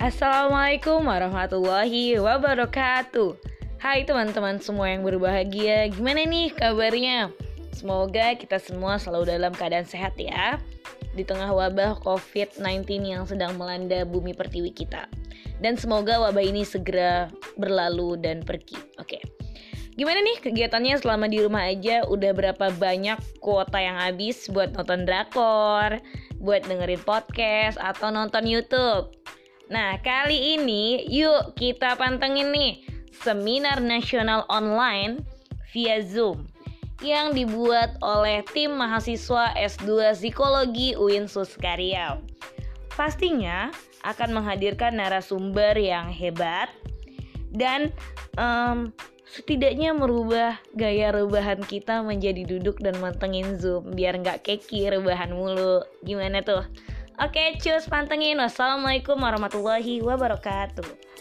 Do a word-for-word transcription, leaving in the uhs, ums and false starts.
Assalamualaikum warahmatullahi wabarakatuh. Hai teman-teman semua yang berbahagia, gimana nih kabarnya? Semoga kita semua selalu dalam keadaan sehat ya, di tengah wabah covid sembilan belas yang sedang melanda bumi pertiwi kita. Dan semoga wabah ini segera berlalu dan pergi. Oke, gimana nih kegiatannya selama di rumah aja? Udah berapa banyak kuota yang habis buat nonton drakor, buat dengerin podcast, atau nonton YouTube? Nah, kali ini yuk kita pantengin nih seminar nasional online via Zoom yang dibuat oleh tim mahasiswa S dua Psikologi U I N Suskaryau. Pastinya akan menghadirkan narasumber yang hebat dan um, setidaknya merubah gaya rebahan kita menjadi duduk dan mantengin Zoom biar nggak keki rebahan mulu. Gimana tuh? Oke, cus pantengin. Wassalamualaikum warahmatullahi wabarakatuh.